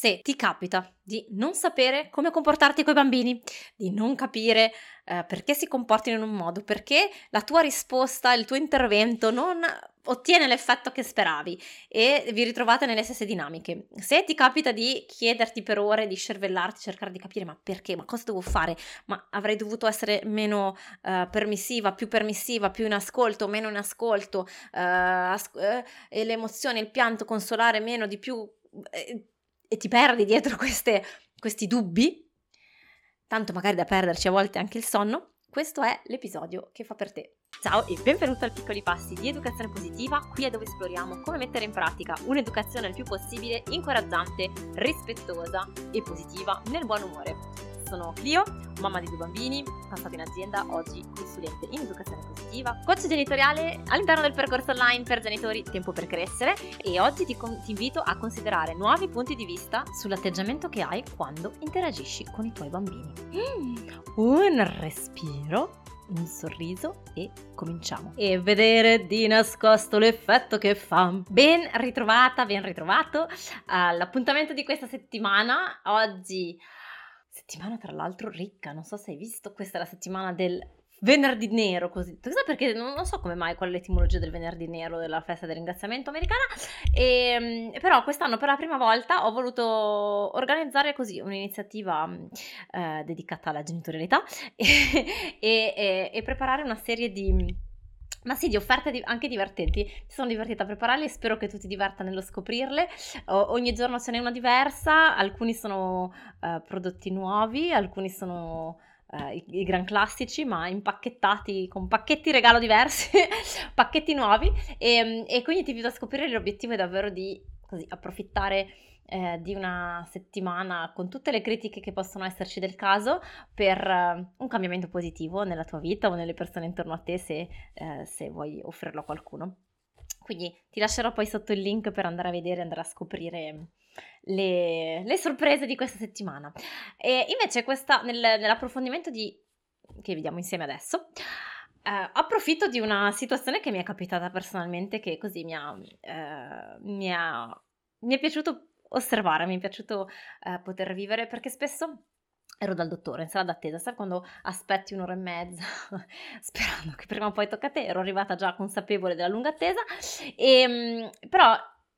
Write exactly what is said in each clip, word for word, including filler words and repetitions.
Se ti capita di non sapere come comportarti coi bambini, di non capire, ehm, perché si comportino in un modo, perché la tua risposta, il tuo intervento non ottiene l'effetto che speravi e vi ritrovate nelle stesse dinamiche. Se ti capita di chiederti per ore, di scervellarti, cercare di capire: "Ma perché? Ma cosa devo fare? Ma avrei dovuto essere meno, ehm, permissiva, più permissiva, più in ascolto, meno in ascolto, ehm, asc ehm, e le emozioni, il pianto, consolare meno, di più", ehm e ti perdi dietro queste questi dubbi, tanto magari da perderci a volte anche il sonno, questo è l'episodio che fa per te. Ciao e benvenuto al Piccoli Passi di Educazione Positiva, qui è dove esploriamo come mettere in pratica un'educazione il più possibile incoraggiante, rispettosa e positiva nel buon umore. Sono Clio, mamma di due bambini, passata in azienda, oggi consulente in educazione positiva, coach genitoriale all'interno del percorso online per genitori Tempo per Crescere, e oggi ti, con- ti invito a considerare nuovi punti di vista sull'atteggiamento che hai quando interagisci con i tuoi bambini. Mm, un respiro, un sorriso e cominciamo. E vedere di nascosto l'effetto che fa. Ben ritrovata, ben ritrovato all'appuntamento di questa settimana. Oggi settimana tra l'altro ricca, non so se hai visto, questa è la settimana del venerdì nero, così. Chissà perché, non, non so come mai qual è l'etimologia del venerdì nero della festa del ringraziamento americana, e, però quest'anno per la prima volta ho voluto organizzare così un'iniziativa eh, dedicata alla genitorialità e, e, e, e preparare una serie di... Ma sì, di offerte di- anche divertenti. Mi sono divertita a prepararle e spero che tu ti diverta nello scoprirle. O- ogni giorno ce n'è una diversa, alcuni sono uh, prodotti nuovi, alcuni sono uh, i, i gran classici, ma impacchettati con pacchetti regalo diversi, pacchetti nuovi. E, e quindi ti invito a scoprire. L'obiettivo è davvero di così approfittare eh, di una settimana con tutte le critiche che possono esserci del caso per uh, un cambiamento positivo nella tua vita o nelle persone intorno a te, se, uh, se vuoi offrirlo a qualcuno. Quindi ti lascerò poi sotto il link per andare a vedere, andare a scoprire le, le sorprese di questa settimana. E invece questa, nel, nell'approfondimento di, che vediamo insieme adesso, eh, approfitto di una situazione che mi è capitata personalmente, che così mi ha, eh, mi ha, mi è piaciuto osservare, mi è piaciuto eh, poter vivere, perché spesso ero dal dottore in sala d'attesa, sai quando aspetti un'ora e mezza sperando che prima o poi tocca a te. Ero arrivata già consapevole della lunga attesa, e, però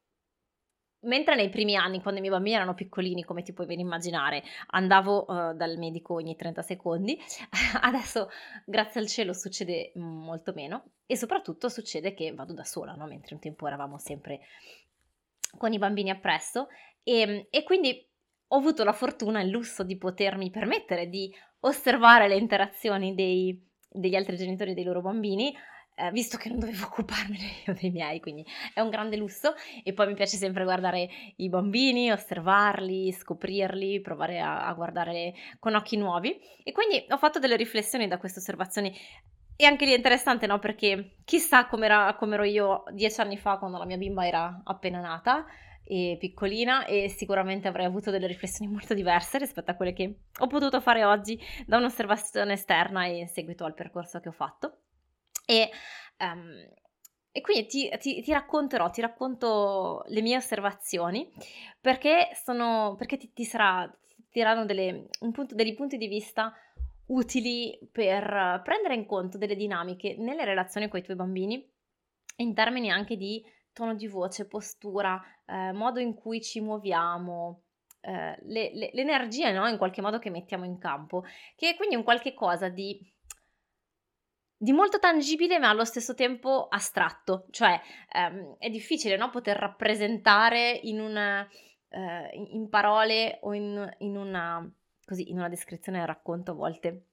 mentre nei primi anni, quando i miei bambini erano piccolini, come ti puoi ben immaginare, andavo uh, dal medico ogni trenta secondi, adesso grazie al cielo succede molto meno, e soprattutto succede che vado da sola, no? Mentre un tempo eravamo sempre con i bambini appresso, e, e quindi ho avuto la fortuna e il lusso di potermi permettere di osservare le interazioni dei, degli altri genitori e dei loro bambini, eh, visto che non dovevo occuparmene io dei miei, quindi è un grande lusso. E poi mi piace sempre guardare i bambini, osservarli, scoprirli, provare a, a guardare con occhi nuovi, e quindi ho fatto delle riflessioni da queste osservazioni. E anche lì è interessante, no? Perché chissà com'era, com'ero io dieci anni fa, quando la mia bimba era appena nata e piccolina, e sicuramente avrei avuto delle riflessioni molto diverse rispetto a quelle che ho potuto fare oggi da un'osservazione esterna e in seguito al percorso che ho fatto. E, um, e quindi ti, ti, ti racconterò, ti racconto le mie osservazioni, perché sono, perché ti, ti sarà, ti daranno delle, un punto, dei punti di vista utili per prendere in conto delle dinamiche nelle relazioni con i tuoi bambini, in termini anche di tono di voce, postura, eh, modo in cui ci muoviamo, eh, le, le, le energie, no? In qualche modo che mettiamo in campo, che è quindi un qualche cosa di, di molto tangibile ma allo stesso tempo astratto. Cioè ehm, è difficile, no? Poter rappresentare in una, eh, in in parole o in, in una, così, in una descrizione del racconto a volte,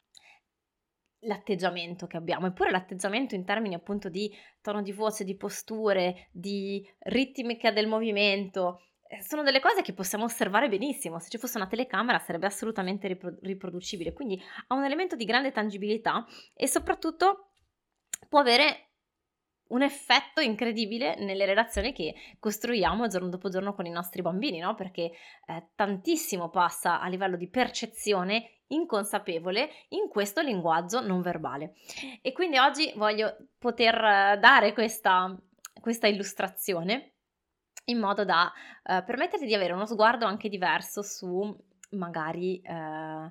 l'atteggiamento che abbiamo. Eppure l'atteggiamento in termini appunto di tono di voce, di posture, di ritmica del movimento, eh, sono delle cose che possiamo osservare benissimo. Se ci fosse una telecamera sarebbe assolutamente ripro- riproducibile, quindi ha un elemento di grande tangibilità e soprattutto può avere un effetto incredibile nelle relazioni che costruiamo giorno dopo giorno con i nostri bambini, no? Perché eh, tantissimo passa a livello di percezione inconsapevole in questo linguaggio non verbale. E quindi oggi voglio poter eh, dare questa, questa illustrazione in modo da eh, permetterti di avere uno sguardo anche diverso su magari eh,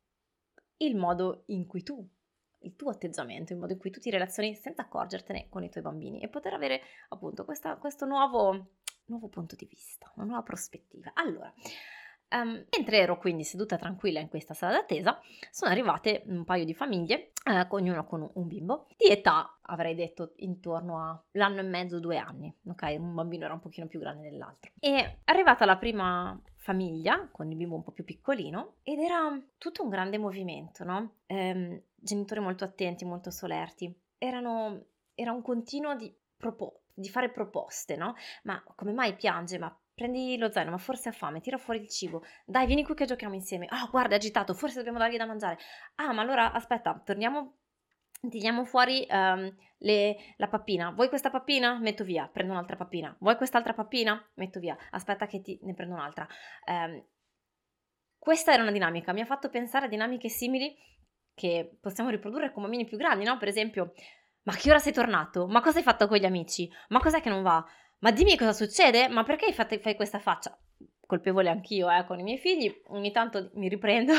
il modo in cui tu, il tuo atteggiamento, il modo in cui tu ti relazioni senza accorgertene con i tuoi bambini e poter avere appunto questa, questo nuovo, nuovo punto di vista, una nuova prospettiva. Allora, ehm, mentre ero quindi seduta tranquilla in questa sala d'attesa, sono arrivate un paio di famiglie, eh, ognuno con un, un bimbo, di età avrei detto intorno all'anno e mezzo, due anni, ok? Un bambino era un pochino più grande dell'altro. E è arrivata la prima famiglia con il bimbo un po' più piccolino ed era tutto un grande movimento, no? Ehm, genitori molto attenti, molto solerti. Erano, era un continuo di, propo- di fare proposte, no? Ma come mai piange? Ma prendi lo zaino, ma forse ha fame, tira fuori il cibo. Dai, vieni qui che giochiamo insieme. Ah, guarda, è agitato, forse dobbiamo dargli da mangiare. Ah, ma allora aspetta, torniamo, tiriamo fuori ehm, le- la pappina. Vuoi questa pappina? Metto via, prendo un'altra pappina. Vuoi quest'altra pappina? Metto via. Aspetta che ti, ne prendo un'altra. Ehm, questa era una dinamica, mi ha fatto pensare a dinamiche simili che possiamo riprodurre con bambini più grandi, no? Per esempio, ma a che ora sei tornato? Ma cosa hai fatto con gli amici? Ma cos'è che non va? Ma dimmi cosa succede? Ma perché hai fatto- fai questa faccia? Colpevole anch'io, eh, con i miei figli, ogni tanto mi riprendo.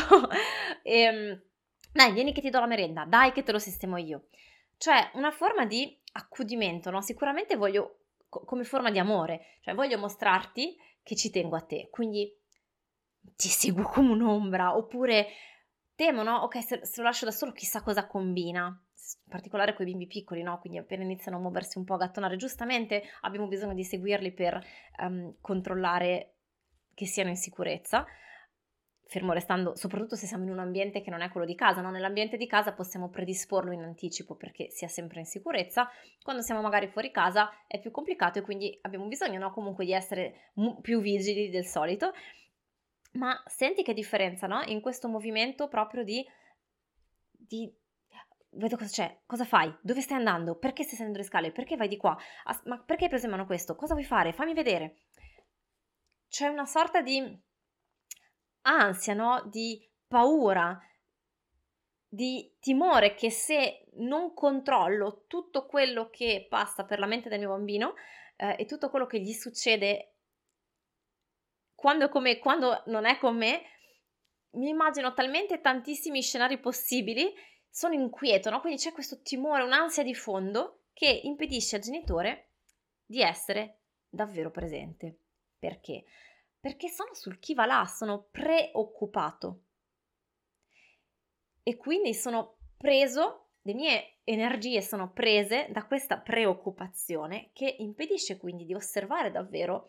e, dai, vieni che ti do la merenda, dai che te lo sistemo io. Cioè, una forma di accudimento, no? Sicuramente voglio, co- come forma di amore, cioè voglio mostrarti che ci tengo a te, quindi ti seguo come un'ombra, oppure temo, no? Ok, se, se lo lascio da solo chissà cosa combina, S- in particolare con i bimbi piccoli, no? Quindi appena iniziano a muoversi un po', a gattonare, giustamente abbiamo bisogno di seguirli per ehm, controllare che siano in sicurezza, fermo restando, soprattutto se siamo in un ambiente che non è quello di casa, no? Nell'ambiente di casa possiamo predisporlo in anticipo perché sia sempre in sicurezza, quando siamo magari fuori casa è più complicato e quindi abbiamo bisogno, no? Comunque di essere mu- più vigili del solito. Ma senti che differenza, no, in questo movimento proprio di di vedo cosa c'è, cosa fai, dove stai andando, perché stai salendo le scale, perché vai di qua, as ma perché hai preso in mano questo, cosa vuoi fare, fammi vedere. C'è una sorta di ansia, no, di paura, di timore che se non controllo tutto quello che passa per la mente del mio bambino, ehm, e tutto quello che gli succede quando è con me, quando non è con me, mi immagino talmente tantissimi scenari possibili, sono inquieto, no, quindi c'è questo timore, un'ansia di fondo che impedisce al genitore di essere davvero presente. Perché? Perché sono sul chi va là, sono preoccupato e quindi sono preso, le mie energie sono prese da questa preoccupazione che impedisce quindi di osservare davvero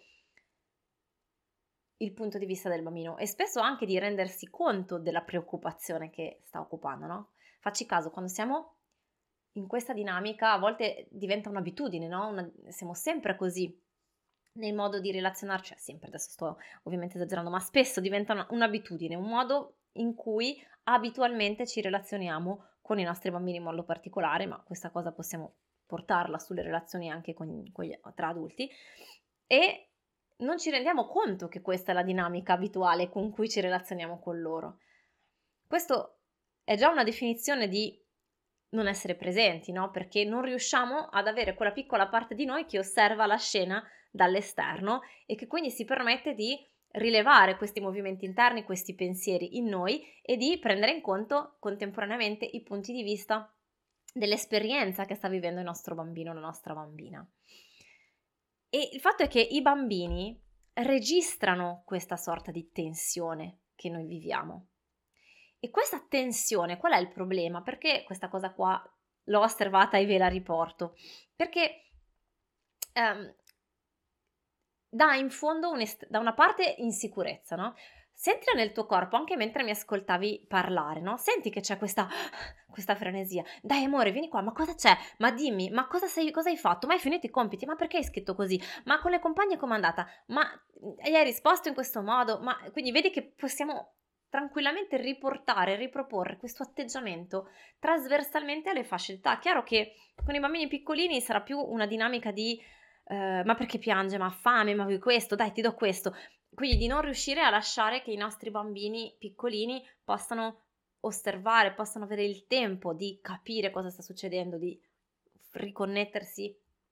il punto di vista del bambino e spesso anche di rendersi conto della preoccupazione che sta occupando, no? Facci caso, quando siamo in questa dinamica a volte diventa un'abitudine, no? Una- siamo sempre così nel modo di relazionarci, cioè sempre, adesso sto ovviamente esagerando, ma spesso diventa una- un'abitudine, un modo in cui abitualmente ci relazioniamo con i nostri bambini in modo particolare, ma questa cosa possiamo portarla sulle relazioni anche con, con gli- tra adulti e non ci rendiamo conto che questa è la dinamica abituale con cui ci relazioniamo con loro. Questo è già una definizione di non essere presenti, no? Perché non riusciamo ad avere quella piccola parte di noi che osserva la scena dall'esterno e che quindi si permette di rilevare questi movimenti interni, questi pensieri in noi e di prendere in conto contemporaneamente i punti di vista dell'esperienza che sta vivendo il nostro bambino o la nostra bambina. E il fatto è che i bambini registrano questa sorta di tensione che noi viviamo. E questa tensione, qual è il problema? Perché questa cosa qua l'ho osservata e ve la riporto? Perché ehm, dà in fondo un'est- da una parte insicurezza, no? Sentila nel tuo corpo anche mentre mi ascoltavi parlare, no? Senti che c'è questa, questa frenesia. Dai amore, vieni qua, ma cosa c'è? Ma dimmi, ma cosa, sei, cosa hai fatto? Ma hai finito i compiti? Ma perché hai scritto così? Ma con le compagne com'è andata? Ma gli hai risposto in questo modo? Ma quindi vedi che possiamo tranquillamente riportare, riproporre questo atteggiamento trasversalmente alle fasce d'età. Chiaro che con i bambini piccolini sarà più una dinamica di eh, ma perché piange? Ma ha fame? Ma vuoi questo? Dai, ti do questo. Quindi di non riuscire a lasciare che i nostri bambini piccolini possano osservare, possano avere il tempo di capire cosa sta succedendo, di riconnettersi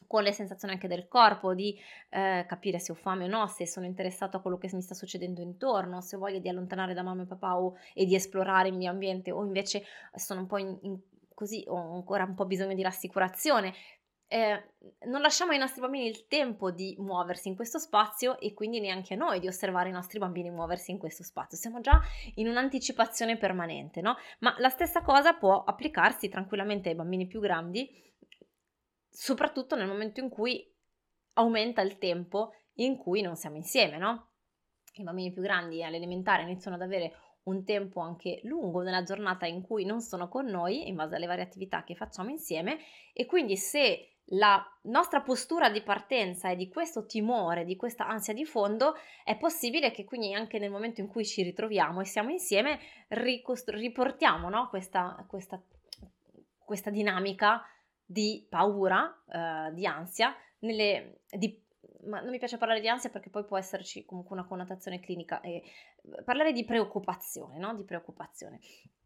con le sensazioni anche del corpo, di eh, capire se ho fame o no, se sono interessato a quello che mi sta succedendo intorno, se ho voglia di allontanare da mamma e papà o, e di esplorare il mio ambiente, o invece sono un po' in, in- così, ho ancora un po' bisogno di rassicurazione. Eh, non lasciamo ai nostri bambini il tempo di muoversi in questo spazio e quindi neanche a noi di osservare i nostri bambini muoversi in questo spazio. Siamo già in un'anticipazione permanente, no? Ma la stessa cosa può applicarsi tranquillamente ai bambini più grandi, soprattutto nel momento in cui aumenta il tempo in cui non siamo insieme, no? I bambini più grandi all'elementare iniziano ad avere un tempo anche lungo nella giornata in cui non sono con noi, in base alle varie attività che facciamo insieme, e quindi se la nostra postura di partenza è di questo timore, di questa ansia di fondo, è possibile che quindi anche nel momento in cui ci ritroviamo e siamo insieme ricostru- riportiamo, no? questa, questa, questa dinamica di paura, eh, di ansia, nelle, di, ma non mi piace parlare di ansia perché poi può esserci comunque una connotazione clinica, e parlare di preoccupazione, no? Di preoccupazione.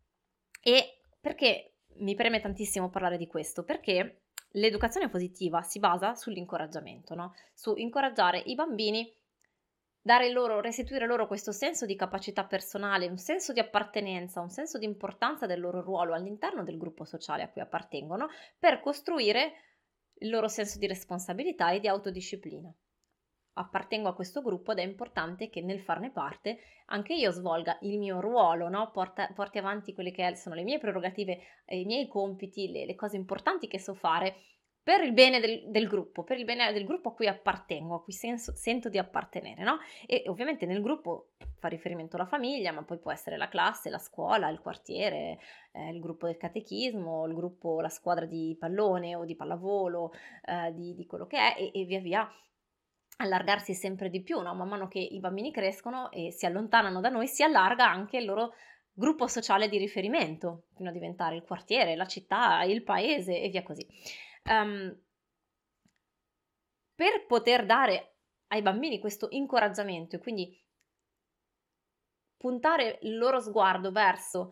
E perché mi preme tantissimo parlare di questo? Perché l'educazione positiva si basa sull'incoraggiamento, no? Su incoraggiare i bambini, dare loro, restituire loro questo senso di capacità personale, un senso di appartenenza, un senso di importanza del loro ruolo all'interno del gruppo sociale a cui appartengono, per costruire il loro senso di responsabilità e di autodisciplina. Appartengo a questo gruppo ed è importante che nel farne parte anche io svolga il mio ruolo, no? Porta, porti avanti quelle che sono le mie prerogative, i miei compiti, le, le cose importanti che so fare per il bene del, del gruppo, per il bene del gruppo a cui appartengo, a cui senso, sento di appartenere, no? E ovviamente nel gruppo fa riferimento alla famiglia, ma poi può essere la classe, la scuola, il quartiere, eh, il gruppo del catechismo, il gruppo, la squadra di pallone o di pallavolo, eh, di, di quello che è, e, e via via allargarsi sempre di più, no? Man mano che i bambini crescono e si allontanano da noi, si allarga anche il loro gruppo sociale di riferimento, fino a diventare il quartiere, la città, il paese e via così. Um, per poter dare ai bambini questo incoraggiamento e quindi puntare il loro sguardo verso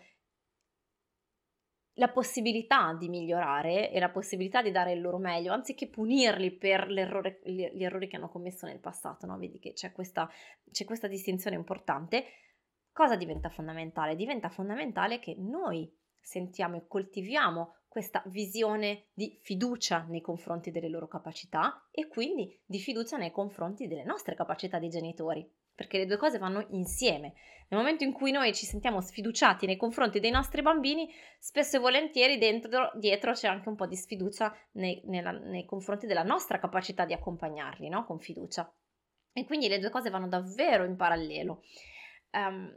la possibilità di migliorare e la possibilità di dare il loro meglio, anziché punirli per l'errore, gli, gli errori che hanno commesso nel passato, no? Vedi che c'è questa, c'è questa distinzione importante. Cosa diventa fondamentale? Diventa fondamentale che noi sentiamo e coltiviamo questa visione di fiducia nei confronti delle loro capacità e quindi di fiducia nei confronti delle nostre capacità di genitori, perché le due cose vanno insieme. Nel momento in cui noi ci sentiamo sfiduciati nei confronti dei nostri bambini, spesso e volentieri dentro, dietro c'è anche un po' di sfiducia nei, nella, nei confronti della nostra capacità di accompagnarli, no? Con fiducia. E quindi le due cose vanno davvero in parallelo. Um,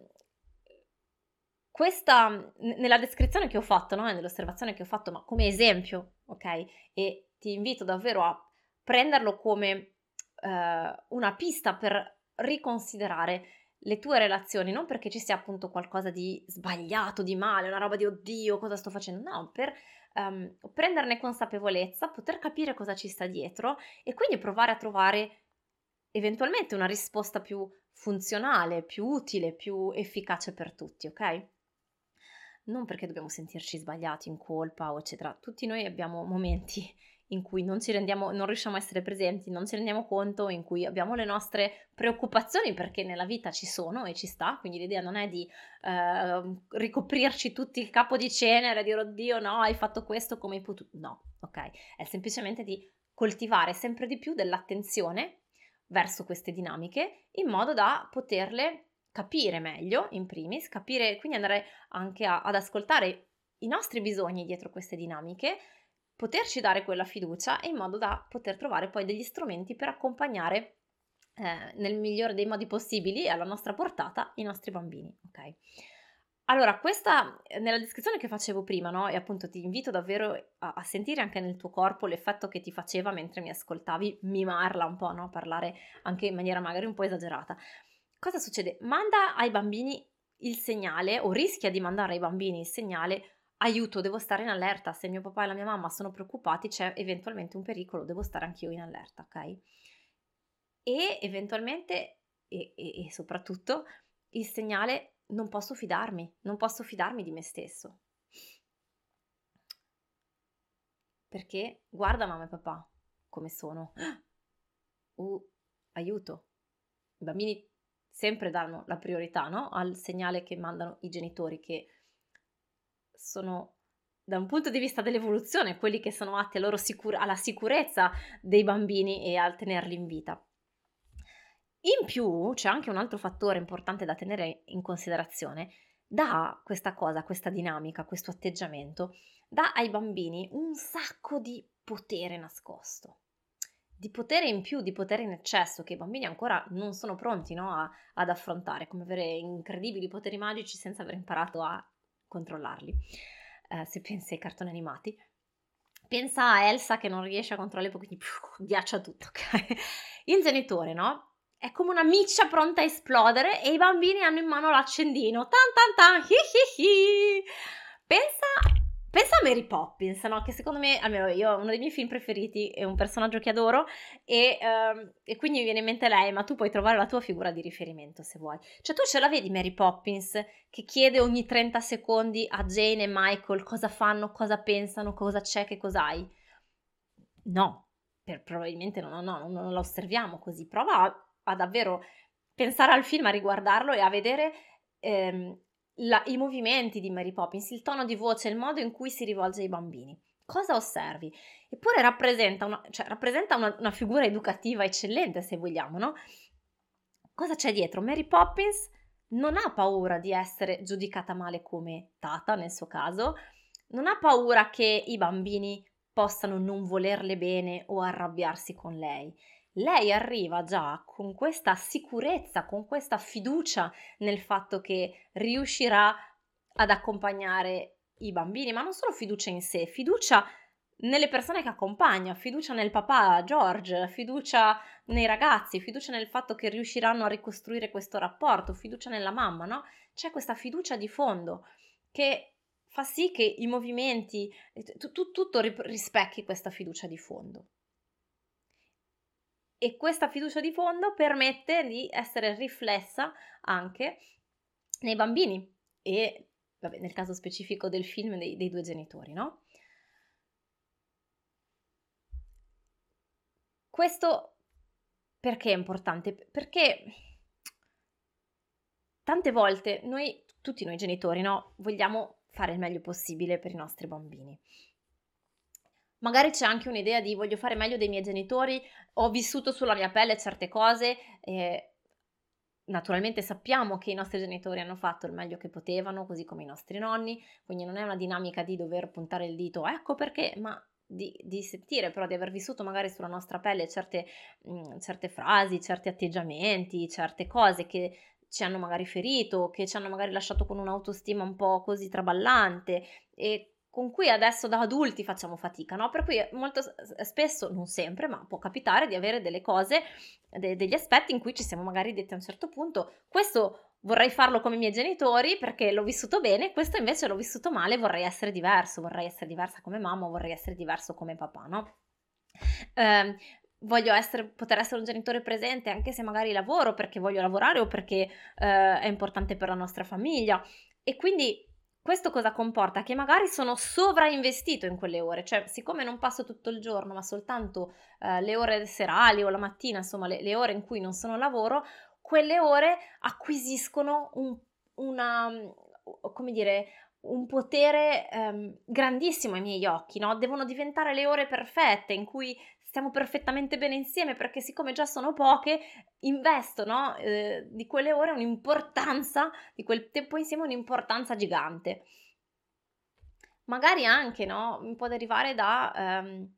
questa, nella descrizione che ho fatto, no? Nell'osservazione che ho fatto, ma come esempio, ok? E ti invito davvero a prenderlo come uh, una pista per riconsiderare le tue relazioni, non perché ci sia appunto qualcosa di sbagliato, di male, una roba di oddio, cosa sto facendo, no, per um, prenderne consapevolezza, poter capire cosa ci sta dietro e quindi provare a trovare eventualmente una risposta più funzionale, più utile, più efficace per tutti, ok? Non perché dobbiamo sentirci sbagliati, in colpa o eccetera. Tutti noi abbiamo momenti in cui non ci rendiamo, non riusciamo a essere presenti, non ci rendiamo conto, in cui abbiamo le nostre preoccupazioni perché nella vita ci sono e ci sta, quindi l'idea non è di eh, ricoprirci tutti il capo di cenere, dire oddio no, hai fatto questo come hai potuto, no, ok? È semplicemente di coltivare sempre di più dell'attenzione verso queste dinamiche in modo da poterle capire meglio in primis, capire, quindi andare anche a, ad ascoltare i nostri bisogni dietro queste dinamiche, poterci dare quella fiducia in modo da poter trovare poi degli strumenti per accompagnare eh, nel migliore dei modi possibili e alla nostra portata i nostri bambini, ok? Allora, questa nella descrizione che facevo prima, no? E appunto ti invito davvero a, a sentire anche nel tuo corpo l'effetto che ti faceva mentre mi ascoltavi mimarla un po', no? Parlare anche in maniera magari un po' esagerata. Cosa succede? Manda ai bambini il segnale o rischia di mandare ai bambini il segnale aiuto, devo stare in allerta, se mio papà e la mia mamma sono preoccupati c'è eventualmente un pericolo, devo stare anch'io in allerta, ok? E eventualmente e, e, e soprattutto il segnale non posso fidarmi, non posso fidarmi di me stesso. Perché guarda mamma e papà, come sono. Uh, aiuto. I bambini sempre danno la priorità, no? Al segnale che mandano i genitori, che sono, da un punto di vista dell'evoluzione, quelli che sono atti a loro sicur- alla sicurezza dei bambini e al tenerli in vita. In più c'è anche un altro fattore importante da tenere in considerazione. Dà questa cosa, questa dinamica, questo atteggiamento, dà ai bambini un sacco di potere nascosto, di potere in più, di potere in eccesso, che i bambini ancora non sono pronti, no, a- ad affrontare, come avere incredibili poteri magici senza aver imparato a controllarli. Eh, se pensi ai cartoni animati, pensa a Elsa che non riesce a controllare, quindi più, ghiaccia tutto, ok? Il genitore, no? È come una miccia pronta a esplodere e i bambini hanno in mano l'accendino. Tan tan tan, hi hi hi. Pensa, pensa a Mary Poppins, no? Che secondo me, almeno io, uno dei miei film preferiti, è un personaggio che adoro e, ehm, e quindi mi viene in mente lei, ma tu puoi trovare la tua figura di riferimento se vuoi. Cioè tu ce la vedi Mary Poppins che chiede ogni trenta secondi a Jane e Michael cosa fanno, cosa pensano, cosa c'è, che cos'hai? No, per, probabilmente no, no, no, non la osserviamo così. Prova a, a davvero pensare al film, a riguardarlo e a vedere ehm, la, i movimenti di Mary Poppins, il tono di voce, il modo in cui si rivolge ai bambini. Cosa osservi? Eppure rappresenta una, cioè, rappresenta una, una figura educativa eccellente, se vogliamo, no? Cosa c'è dietro? Mary Poppins non ha paura di essere giudicata male come Tata, nel suo caso, non ha paura che i bambini possano non volerle bene o arrabbiarsi con lei. Lei arriva già con questa sicurezza, con questa fiducia nel fatto che riuscirà ad accompagnare i bambini, ma non solo fiducia in sé, fiducia nelle persone che accompagna, fiducia nel papà George, fiducia nei ragazzi, fiducia nel fatto che riusciranno a ricostruire questo rapporto, fiducia nella mamma, no? C'è questa fiducia di fondo che fa sì che i movimenti, tu, tu, tutto rispecchi questa fiducia di fondo. E questa fiducia di fondo permette di essere riflessa anche nei bambini e, vabbè, nel caso specifico del film, dei, dei due genitori, no? Questo perché è importante? Perché tante volte noi, tutti noi genitori, no, vogliamo fare il meglio possibile per i nostri bambini. Magari c'è anche un'idea di voglio fare meglio dei miei genitori, ho vissuto sulla mia pelle certe cose e naturalmente sappiamo che i nostri genitori hanno fatto il meglio che potevano, così come i nostri nonni, quindi non è una dinamica di dover puntare il dito, ecco perché, ma di, di sentire però di aver vissuto magari sulla nostra pelle certe, mh, certe frasi, certi atteggiamenti, certe cose che ci hanno magari ferito, che ci hanno magari lasciato con un'autostima un po' così traballante e con cui adesso da adulti facciamo fatica, no? Per cui molto spesso, non sempre, ma può capitare di avere delle cose, de- degli aspetti in cui ci siamo magari detti a un certo punto, questo vorrei farlo come i miei genitori perché l'ho vissuto bene, questo invece l'ho vissuto male, vorrei essere diverso, vorrei essere diversa come mamma, vorrei essere diverso come papà, no? Eh, voglio essere, poter essere un genitore presente anche se magari lavoro perché voglio lavorare o perché eh, è importante per la nostra famiglia e quindi questo cosa comporta? Che magari sono sovrainvestito in quelle ore, cioè siccome non passo tutto il giorno ma soltanto eh, le ore serali o la mattina, insomma le, le ore in cui non sono al lavoro, quelle ore acquisiscono un, una, come dire, un potere ehm, grandissimo ai miei occhi, no? Devono diventare le ore perfette in cui stiamo perfettamente bene insieme perché siccome già sono poche investo, no? eh, di quelle ore un'importanza, di quel tempo insieme un'importanza gigante. Magari anche, no? Può derivare da, ehm,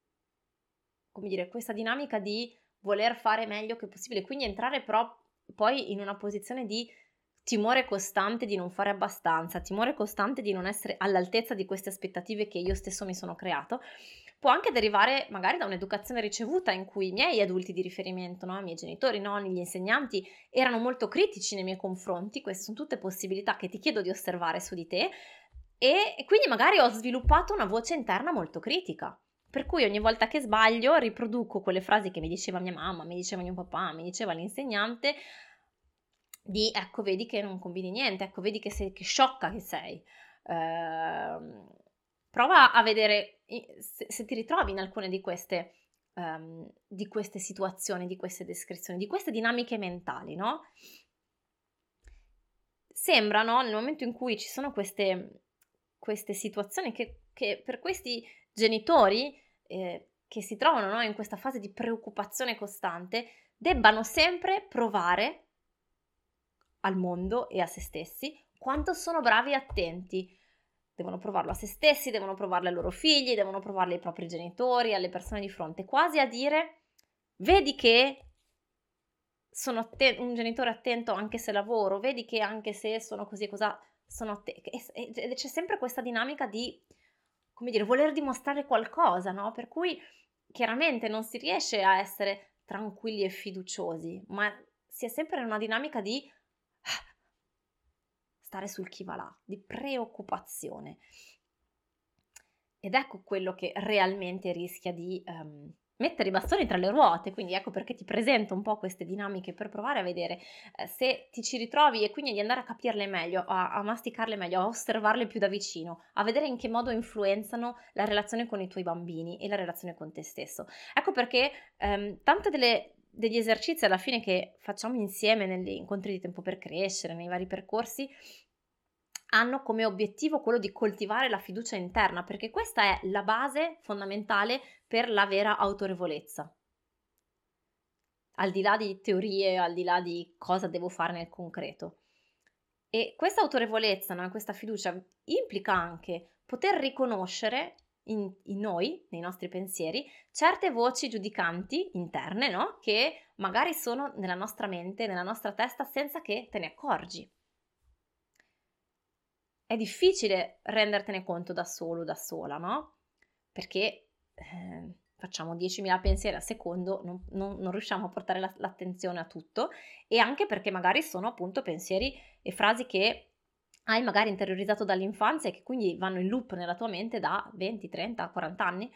come dire, questa dinamica di voler fare meglio che possibile, quindi entrare però poi in una posizione di timore costante di non fare abbastanza, timore costante di non essere all'altezza di queste aspettative che io stesso mi sono creato, può anche derivare magari da un'educazione ricevuta in cui i miei adulti di riferimento, no? I miei genitori, i nonni, gli insegnanti erano molto critici nei miei confronti, queste sono tutte possibilità che ti chiedo di osservare su di te e, e quindi magari ho sviluppato una voce interna molto critica. Per cui ogni volta che sbaglio riproduco quelle frasi che mi diceva mia mamma, mi diceva mio papà, mi diceva l'insegnante, di ecco vedi che non combini niente, ecco vedi che sei che sciocca che sei. Eh, prova a vedere se, se ti ritrovi in alcune di queste um, di queste situazioni, di queste descrizioni, di queste dinamiche mentali, no? Sembra, no, nel momento in cui ci sono queste, queste situazioni che, che per questi genitori eh, che si trovano, no, in questa fase di preoccupazione costante, debbano sempre provare al mondo e a se stessi quanto sono bravi e attenti. Devono provarlo a se stessi, devono provarlo ai loro figli, devono provarlo ai propri genitori, alle persone di fronte, quasi a dire: vedi che sono atten- un genitore attento anche se lavoro, vedi che anche se sono così e così, sono attento. E, e c'è sempre questa dinamica di, come dire, voler dimostrare qualcosa, no? Per cui chiaramente non si riesce a essere tranquilli e fiduciosi, ma si è sempre in una dinamica di stare sul chi va là, di preoccupazione. Ed ecco quello che realmente rischia di um, mettere i bastoni tra le ruote, quindi ecco perché ti presento un po' queste dinamiche per provare a vedere eh, se ti ci ritrovi e quindi di andare a capirle meglio, a, a masticarle meglio, a osservarle più da vicino, a vedere in che modo influenzano la relazione con i tuoi bambini e la relazione con te stesso. Ecco perché um, tante delle degli esercizi alla fine che facciamo insieme negli incontri di tempo per crescere, nei vari percorsi, hanno come obiettivo quello di coltivare la fiducia interna, perché questa è la base fondamentale per la vera autorevolezza. Al di là di teorie, al di là di cosa devo fare nel concreto. E questa autorevolezza, no, questa fiducia implica anche poter riconoscere in, in noi, nei nostri pensieri, certe voci giudicanti interne, no, che magari sono nella nostra mente, nella nostra testa, senza che te ne accorgi. È difficile rendertene conto da solo, da sola, no? Perché eh, facciamo diecimila pensieri al secondo, non, non, non riusciamo a portare la, l'attenzione a tutto, e anche perché magari sono appunto pensieri e frasi che hai magari interiorizzato dall'infanzia e che quindi vanno in loop nella tua mente da venti, trenta, quaranta anni,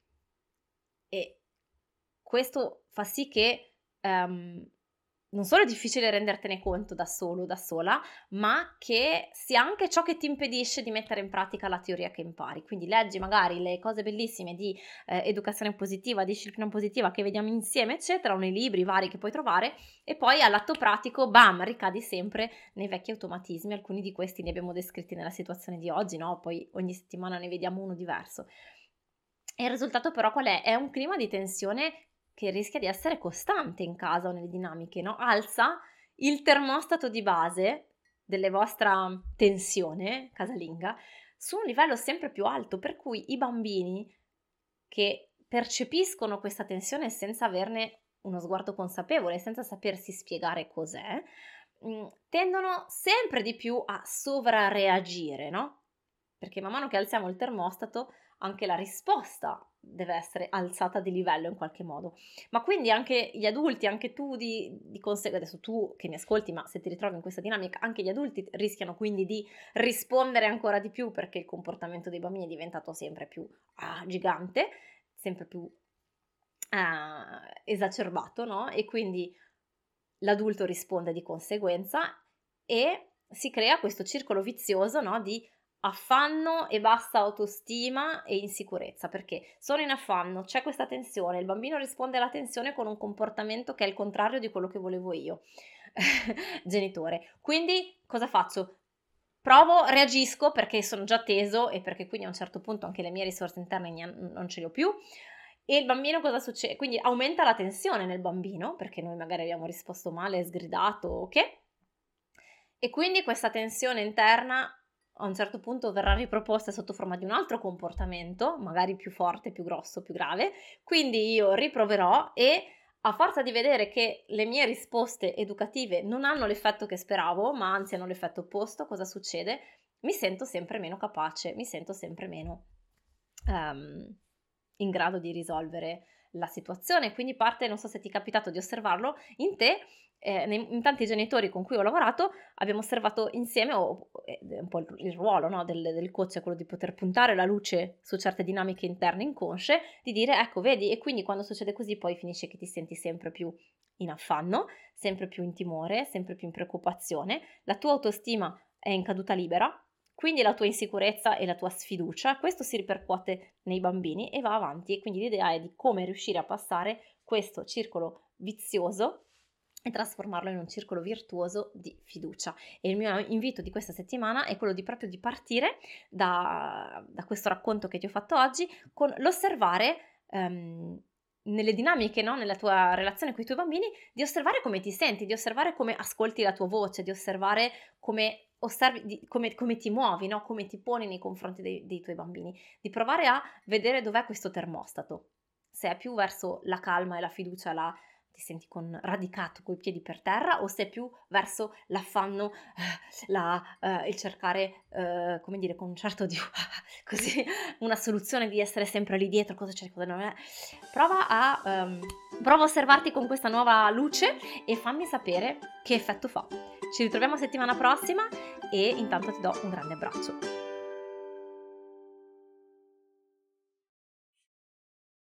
e questo fa sì che um, non solo è difficile rendertene conto da solo, da sola, ma che sia anche ciò che ti impedisce di mettere in pratica la teoria che impari. Quindi leggi magari le cose bellissime di eh, educazione positiva, disciplina positiva che vediamo insieme, eccetera, o nei libri vari che puoi trovare, e poi all'atto pratico, bam, ricadi sempre nei vecchi automatismi. Alcuni di questi li abbiamo descritti nella situazione di oggi, no? Poi ogni settimana ne vediamo uno diverso. E il risultato però qual è? È un clima di tensione che rischia di essere costante in casa o nelle dinamiche, no? Alza il termostato di base della vostra tensione casalinga su un livello sempre più alto, per cui i bambini che percepiscono questa tensione senza averne uno sguardo consapevole, senza sapersi spiegare cos'è, tendono sempre di più a sovrareagire, no? Perché man mano che alziamo il termostato, anche la risposta deve essere alzata di livello in qualche modo. Ma quindi anche gli adulti, anche tu di, di conseguenza, adesso tu che mi ascolti, ma se ti ritrovi in questa dinamica, anche gli adulti rischiano quindi di rispondere ancora di più, perché il comportamento dei bambini è diventato sempre più ah, gigante, sempre più ah, esacerbato, no? E quindi l'adulto risponde di conseguenza e si crea questo circolo vizioso, no, di affanno e bassa autostima e insicurezza, perché sono in affanno, c'è questa tensione, il bambino risponde alla tensione con un comportamento che è il contrario di quello che volevo io, genitore. Quindi cosa faccio? Provo, reagisco perché sono già teso e perché quindi a un certo punto anche le mie risorse interne non ce le ho più. E il bambino cosa succede? Quindi aumenta la tensione nel bambino, perché noi magari abbiamo risposto male, sgridato, ok? E quindi questa tensione interna a un certo punto verrà riproposta sotto forma di un altro comportamento, magari più forte, più grosso, più grave. Quindi io riproverò e a forza di vedere che le mie risposte educative non hanno l'effetto che speravo, ma anzi hanno l'effetto opposto, cosa succede? Mi sento sempre meno capace, mi sento sempre meno um, in grado di risolvere la situazione. Quindi parte, non so se ti è capitato di osservarlo in te, eh, nei, in tanti genitori con cui ho lavorato abbiamo osservato insieme, o eh, un po' il, il ruolo, no, del, del coach è quello di poter puntare la luce su certe dinamiche interne inconsce, di dire ecco vedi, e quindi quando succede così poi finisce che ti senti sempre più in affanno, sempre più in timore, sempre più in preoccupazione, la tua autostima è in caduta libera, quindi la tua insicurezza e la tua sfiducia, questo si ripercuote nei bambini e va avanti, e quindi l'idea è di come riuscire a passare questo circolo vizioso e trasformarlo in un circolo virtuoso di fiducia. E il mio invito di questa settimana è quello di proprio di partire da, da questo racconto che ti ho fatto oggi, con l'osservare um, nelle dinamiche, no? Nella tua relazione con i tuoi bambini, di osservare come ti senti, di osservare come ascolti la tua voce, di osservare come osservi, di, come, come ti muovi, no? Come ti poni nei confronti dei, dei tuoi bambini, di provare a vedere dov'è questo termostato, se è più verso la calma e la fiducia, la ti senti con, radicato coi piedi per terra, o se è più verso l'affanno, la, uh, il cercare, uh, come dire, con un certo di così, una soluzione, di essere sempre lì dietro, cosa c'è, cosa non è. Prova a, um, prova a osservarti con questa nuova luce e fammi sapere che effetto fa. Ci ritroviamo settimana prossima e intanto ti do un grande abbraccio.